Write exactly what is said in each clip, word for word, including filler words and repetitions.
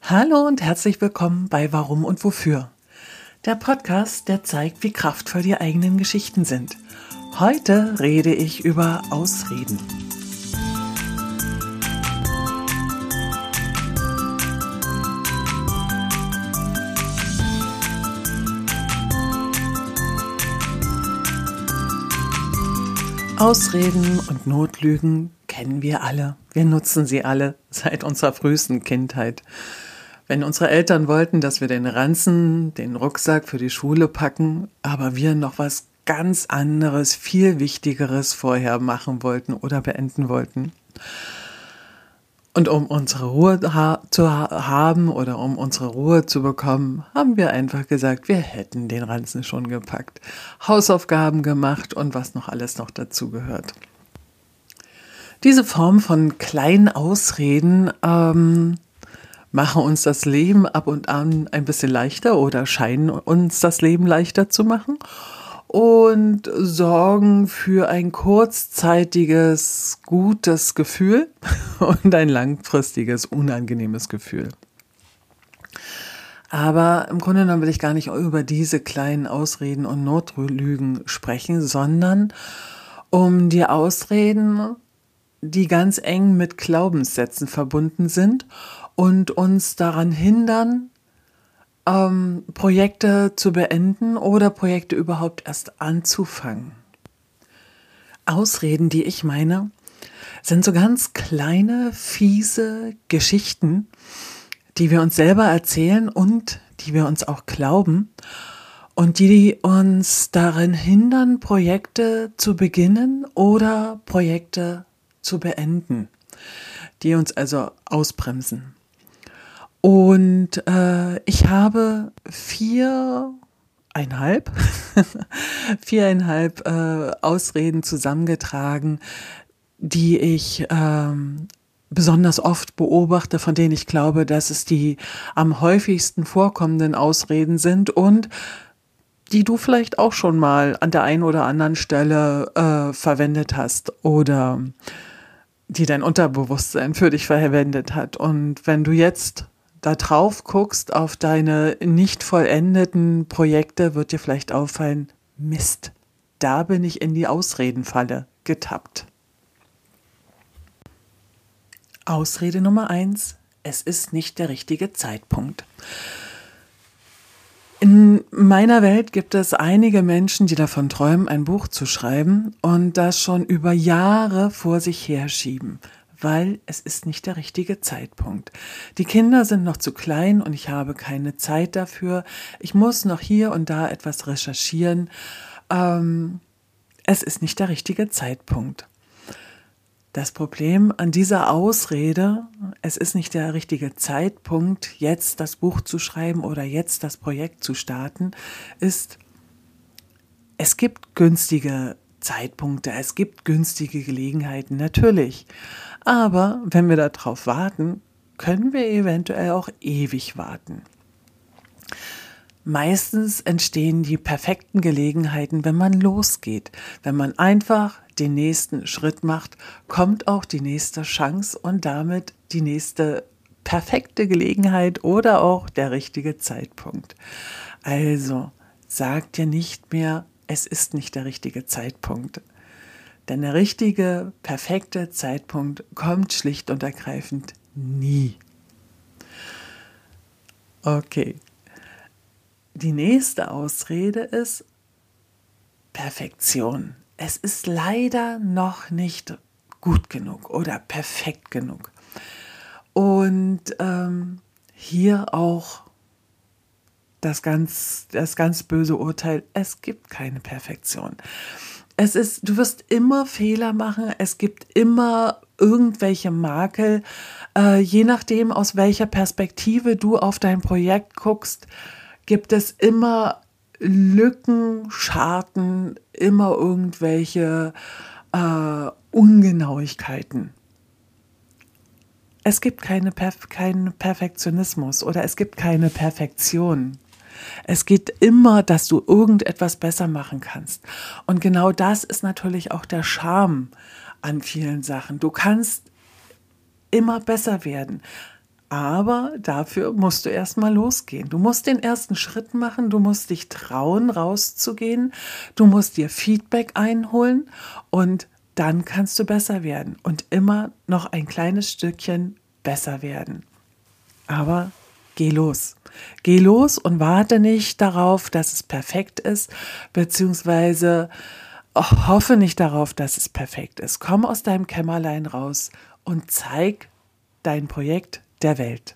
Hallo und herzlich willkommen bei Warum und Wofür. Der Podcast, der zeigt, wie kraftvoll die eigenen Geschichten sind. Heute rede ich über Ausreden. Ausreden und Notlügen kennen wir alle. Wir nutzen sie alle seit unserer frühesten Kindheit. Wenn unsere Eltern wollten, dass wir den Ranzen, den Rucksack für die Schule packen, aber wir noch was ganz anderes, viel Wichtigeres vorher machen wollten oder beenden wollten. Und um unsere Ruhe ha- zu ha- haben oder um unsere Ruhe zu bekommen, haben wir einfach gesagt, wir hätten den Ranzen schon gepackt, Hausaufgaben gemacht und was noch alles noch dazu gehört. Diese Form von kleinen Ausreden ähm, machen uns das Leben ab und an ein bisschen leichter oder scheinen uns das Leben leichter zu machen und sorgen für ein kurzzeitiges, gutes Gefühl und ein langfristiges, unangenehmes Gefühl. Aber im Grunde genommen will ich gar nicht über diese kleinen Ausreden und Notlügen sprechen, sondern um die Ausreden, die ganz eng mit Glaubenssätzen verbunden sind und uns daran hindern, ähm, Projekte zu beenden oder Projekte überhaupt erst anzufangen. Ausreden, die ich meine, sind so ganz kleine, fiese Geschichten, die wir uns selber erzählen und die wir uns auch glauben und die uns darin hindern, Projekte zu beginnen oder Projekte zu beenden, die uns also ausbremsen. Und äh, ich habe viereinhalb, viereinhalb äh, Ausreden zusammengetragen, die ich ähm, besonders oft beobachte, von denen ich glaube, dass es die am häufigsten vorkommenden Ausreden sind und die du vielleicht auch schon mal an der einen oder anderen Stelle äh, verwendet hast oder die dein Unterbewusstsein für dich verwendet hat. Und wenn du jetzt da drauf guckst auf deine nicht vollendeten Projekte, wird dir vielleicht auffallen, Mist, da bin ich in die Ausredenfalle getappt. Ausrede Nummer eins, es ist nicht der richtige Zeitpunkt. In meiner Welt gibt es einige Menschen, die davon träumen, ein Buch zu schreiben und das schon über Jahre vor sich herschieben, weil es ist nicht der richtige Zeitpunkt. Die Kinder sind noch zu klein und ich habe keine Zeit dafür. Ich muss noch hier und da etwas recherchieren. Ähm, es ist nicht der richtige Zeitpunkt. Das Problem an dieser Ausrede, es ist nicht der richtige Zeitpunkt, jetzt das Buch zu schreiben oder jetzt das Projekt zu starten, ist, es gibt günstige Zeitpunkte, es gibt günstige Gelegenheiten, natürlich. Aber wenn wir darauf warten, können wir eventuell auch ewig warten. Meistens entstehen die perfekten Gelegenheiten, wenn man losgeht. Wenn man einfach den nächsten Schritt macht, kommt auch die nächste Chance und damit die nächste perfekte Gelegenheit oder auch der richtige Zeitpunkt. Also sag dir nicht mehr, es ist nicht der richtige Zeitpunkt. Denn der richtige, perfekte Zeitpunkt kommt schlicht und ergreifend nie. Okay. Die nächste Ausrede ist Perfektion. Es ist leider noch nicht gut genug oder perfekt genug. Und ähm, hier auch das ganz, das ganz böse Urteil, es gibt keine Perfektion. Es ist, du wirst immer Fehler machen, es gibt immer irgendwelche Makel, äh, je nachdem, aus welcher Perspektive du auf dein Projekt guckst, gibt es immer Lücken, Scharten, immer irgendwelche äh, Ungenauigkeiten. Es gibt keine Perf- keinen Perfektionismus oder es gibt keine Perfektion. Es geht immer, dass du irgendetwas besser machen kannst. Und genau das ist natürlich auch der Charme an vielen Sachen. Du kannst immer besser werden. Aber dafür musst du erstmal losgehen. Du musst den ersten Schritt machen, du musst dich trauen, rauszugehen, du musst dir Feedback einholen und dann kannst du besser werden und immer noch ein kleines Stückchen besser werden. Aber geh los. Geh los und warte nicht darauf, dass es perfekt ist, beziehungsweise hoffe nicht darauf, dass es perfekt ist. Komm aus deinem Kämmerlein raus und zeig dein Projekt der Welt.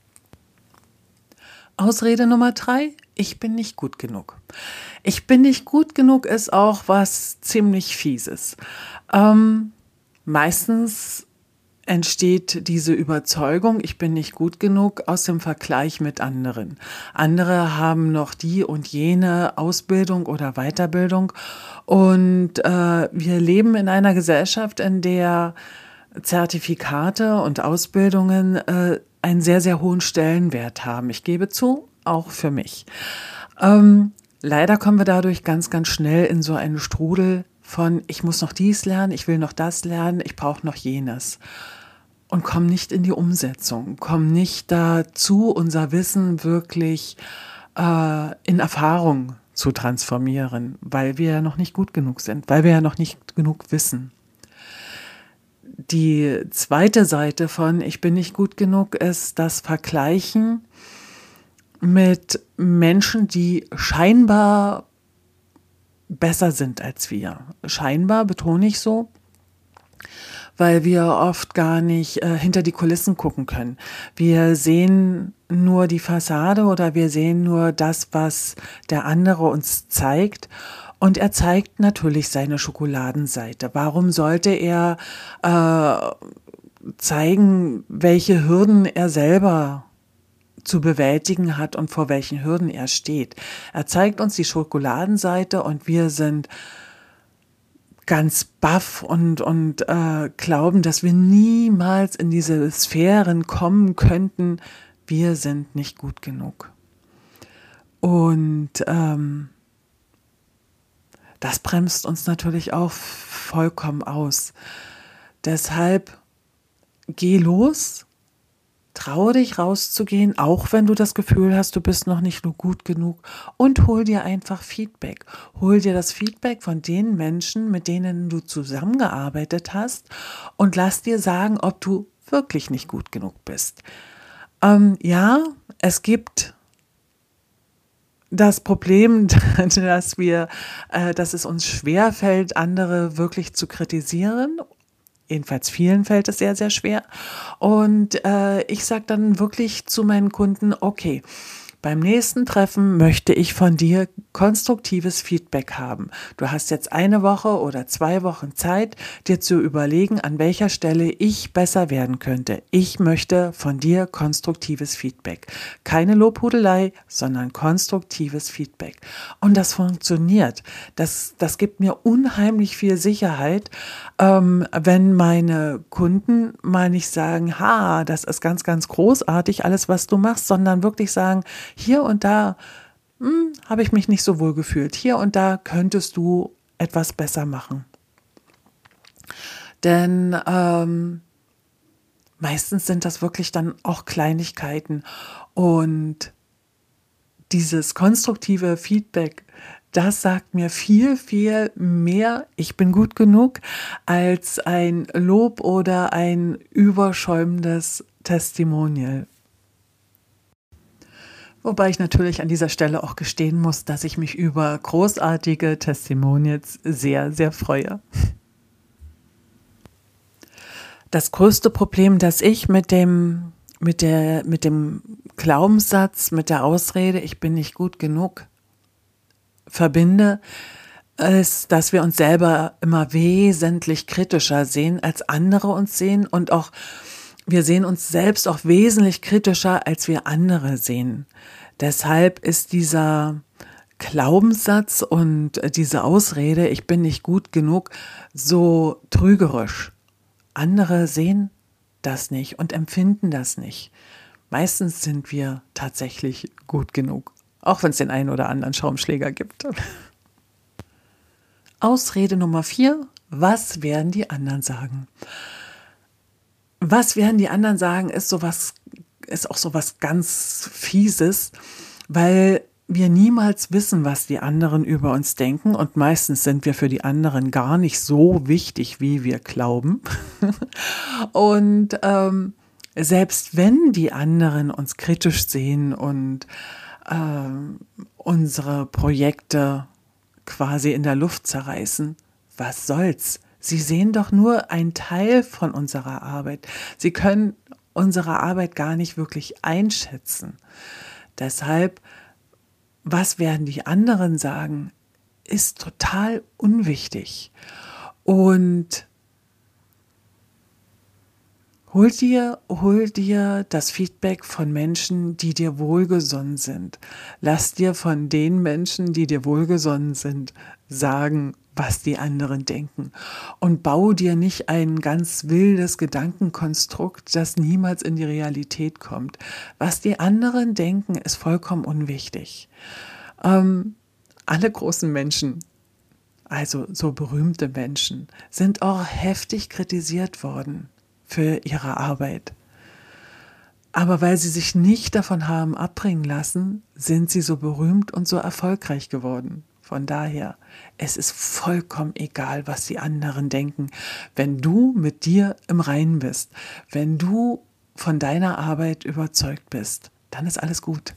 Ausrede Nummer drei, ich bin nicht gut genug. Ich bin nicht gut genug ist auch was ziemlich Fieses. Ähm, meistens entsteht diese Überzeugung, ich bin nicht gut genug, aus dem Vergleich mit anderen. Andere haben noch die und jene Ausbildung oder Weiterbildung und äh, wir leben in einer Gesellschaft, in der Zertifikate und Ausbildungen äh, einen sehr, sehr hohen Stellenwert haben. Ich gebe zu, auch für mich. Ähm, leider kommen wir dadurch ganz, ganz schnell in so einen Strudel von, ich muss noch dies lernen, ich will noch das lernen, ich brauche noch jenes. Und kommen nicht in die Umsetzung, kommen nicht dazu, unser Wissen wirklich äh, in Erfahrung zu transformieren, weil wir ja noch nicht gut genug sind, weil wir ja noch nicht genug wissen. Die zweite Seite von ich bin nicht gut genug ist das Vergleichen mit Menschen, die scheinbar besser sind als wir. Scheinbar betone ich so, weil wir oft gar nicht äh, hinter die Kulissen gucken können. Wir sehen nur die Fassade oder wir sehen nur das, was der andere uns zeigt. Und er zeigt natürlich seine Schokoladenseite. Warum sollte er äh, zeigen, welche Hürden er selber zu bewältigen hat und vor welchen Hürden er steht? Er zeigt uns die Schokoladenseite und wir sind ganz baff und, und äh, glauben, dass wir niemals in diese Sphären kommen könnten. Wir sind nicht gut genug. Und ähm, das bremst uns natürlich auch vollkommen aus. Deshalb geh los, traue dich rauszugehen, auch wenn du das Gefühl hast, du bist noch nicht nur gut genug und hol dir einfach Feedback. Hol dir das Feedback von den Menschen, mit denen du zusammengearbeitet hast und lass dir sagen, ob du wirklich nicht gut genug bist. Ähm, ja, es gibt das Problem, dass wir, äh, dass es uns schwerfällt, andere wirklich zu kritisieren. Jedenfalls vielen fällt es sehr, sehr schwer. Und äh, ich sage dann wirklich zu meinen Kunden, okay, beim nächsten Treffen möchte ich von dir konstruktives Feedback haben. Du hast jetzt eine Woche oder zwei Wochen Zeit, dir zu überlegen, an welcher Stelle ich besser werden könnte. Ich möchte von dir konstruktives Feedback. Keine Lobhudelei, sondern konstruktives Feedback. Und das funktioniert. Das, das gibt mir unheimlich viel Sicherheit, ähm, wenn meine Kunden mal nicht sagen, ha, das ist ganz, ganz großartig, alles, was du machst, sondern wirklich sagen, hier und da hm, habe ich mich nicht so wohl gefühlt. Hier und da könntest du etwas besser machen. Denn ähm, meistens sind das wirklich dann auch Kleinigkeiten. Und dieses konstruktive Feedback, das sagt mir viel, viel mehr, ich bin gut genug, als ein Lob oder ein überschäumendes Testimonial. Wobei ich natürlich an dieser Stelle auch gestehen muss, dass ich mich über großartige Testimonials sehr, sehr freue. Das größte Problem, das ich mit dem, mit der, mit dem Glaubenssatz, mit der Ausrede, ich bin nicht gut genug, verbinde, ist, dass wir uns selber immer wesentlich kritischer sehen, als andere uns sehen und auch wir sehen uns selbst auch wesentlich kritischer, als wir andere sehen. Deshalb ist dieser Glaubenssatz und diese Ausrede, ich bin nicht gut genug, so trügerisch. Andere sehen das nicht und empfinden das nicht. Meistens sind wir tatsächlich gut genug, auch wenn es den einen oder anderen Schaumschläger gibt. Ausrede Nummer vier, was werden die anderen sagen? Was werden die anderen sagen, ist sowas ist auch so was ganz Fieses, weil wir niemals wissen, was die anderen über uns denken und meistens sind wir für die anderen gar nicht so wichtig, wie wir glauben. Und ähm, selbst wenn die anderen uns kritisch sehen und ähm, unsere Projekte quasi in der Luft zerreißen, was soll's? Sie sehen doch nur einen Teil von unserer Arbeit. Sie können unsere Arbeit gar nicht wirklich einschätzen. Deshalb, was werden die anderen sagen, ist total unwichtig. Und hol dir, hol dir das Feedback von Menschen, die dir wohlgesonnen sind. Lass dir von den Menschen, die dir wohlgesonnen sind, sagen, was die anderen denken. Und bau dir nicht ein ganz wildes Gedankenkonstrukt, das niemals in die Realität kommt. Was die anderen denken, ist vollkommen unwichtig. Ähm, alle großen Menschen, also so berühmte Menschen, sind auch heftig kritisiert worden für ihre Arbeit. Aber weil sie sich nicht davon haben abbringen lassen, sind sie so berühmt und so erfolgreich geworden. Von daher, es ist vollkommen egal, was die anderen denken. Wenn du mit dir im Reinen bist, wenn du von deiner Arbeit überzeugt bist, dann ist alles gut.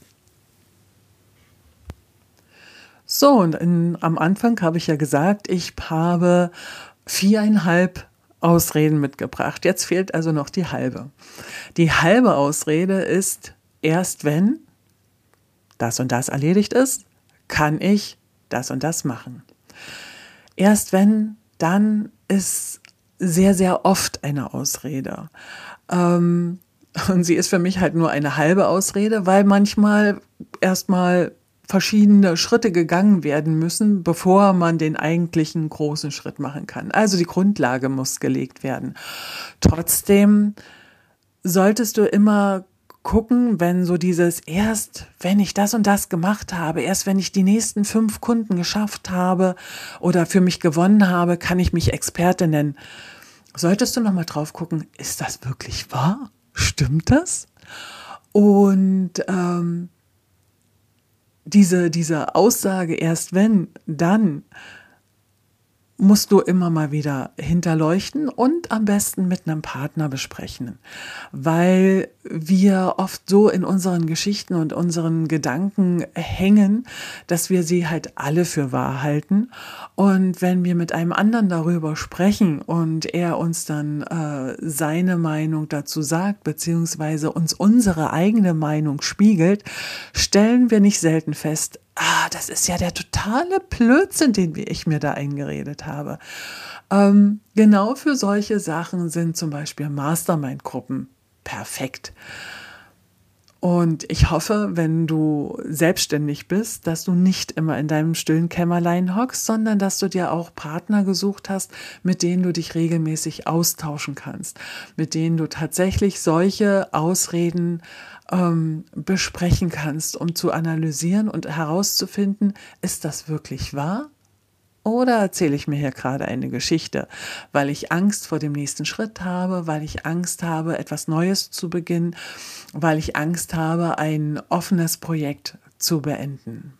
So, und in, am Anfang habe ich ja gesagt, ich habe viereinhalb Ausreden mitgebracht. Jetzt fehlt also noch die halbe. Die halbe Ausrede ist, erst wenn das und das erledigt ist, kann ich das und das machen. Erst wenn, dann ist sehr, sehr oft eine Ausrede. Ähm, und sie ist für mich halt nur eine halbe Ausrede, weil manchmal erstmal verschiedene Schritte gegangen werden müssen, bevor man den eigentlichen großen Schritt machen kann. Also die Grundlage muss gelegt werden. Trotzdem solltest du immer gucken, wenn so dieses erst, wenn ich das und das gemacht habe, erst wenn ich die nächsten fünf Kunden geschafft habe oder für mich gewonnen habe, kann ich mich Experte nennen. Solltest du nochmal drauf gucken, ist das wirklich wahr? Stimmt das? Und ähm, diese, diese Aussage, erst wenn, dann, musst du immer mal wieder hinterleuchten und am besten mit einem Partner besprechen, weil wir oft so in unseren Geschichten und unseren Gedanken hängen, dass wir sie halt alle für wahr halten. Und wenn wir mit einem anderen darüber sprechen und er uns dann äh, seine Meinung dazu sagt, beziehungsweise uns unsere eigene Meinung spiegelt, stellen wir nicht selten fest, ah, das ist ja der totale Blödsinn, den ich mir da eingeredet habe. Ähm, genau für solche Sachen sind zum Beispiel Mastermind-Gruppen perfekt. Und ich hoffe, wenn du selbstständig bist, dass du nicht immer in deinem stillen Kämmerlein hockst, sondern dass du dir auch Partner gesucht hast, mit denen du dich regelmäßig austauschen kannst, mit denen du tatsächlich solche Ausreden ähm, besprechen kannst, um zu analysieren und herauszufinden, ist das wirklich wahr? Oder erzähle ich mir hier gerade eine Geschichte, weil ich Angst vor dem nächsten Schritt habe, weil ich Angst habe, etwas Neues zu beginnen, weil ich Angst habe, ein offenes Projekt zu beenden.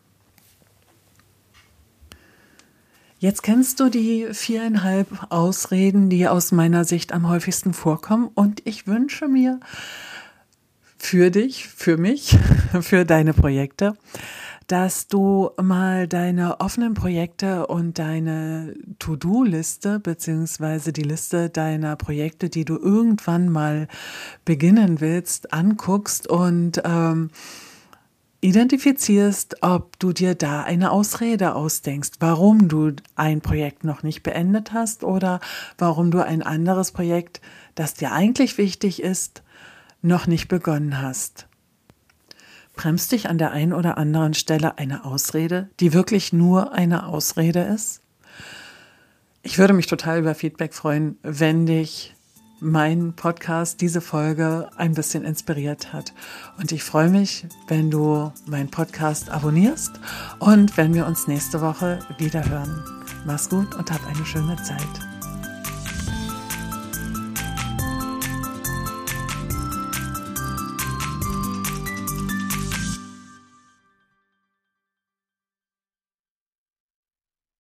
Jetzt kennst du die viereinhalb Ausreden, die aus meiner Sicht am häufigsten vorkommen, und ich wünsche mir für dich, für mich, für deine Projekte, dass du mal deine offenen Projekte und deine To-Do-Liste beziehungsweise die Liste deiner Projekte, die du irgendwann mal beginnen willst, anguckst und ähm, identifizierst, ob du dir da eine Ausrede ausdenkst, warum du ein Projekt noch nicht beendet hast oder warum du ein anderes Projekt, das dir eigentlich wichtig ist, noch nicht begonnen hast. Bremst dich an der einen oder anderen Stelle eine Ausrede, die wirklich nur eine Ausrede ist? Ich würde mich total über Feedback freuen, wenn dich mein Podcast, diese Folge ein bisschen inspiriert hat. Und ich freue mich, wenn du meinen Podcast abonnierst und wenn wir uns nächste Woche wieder hören. Mach's gut und hab eine schöne Zeit.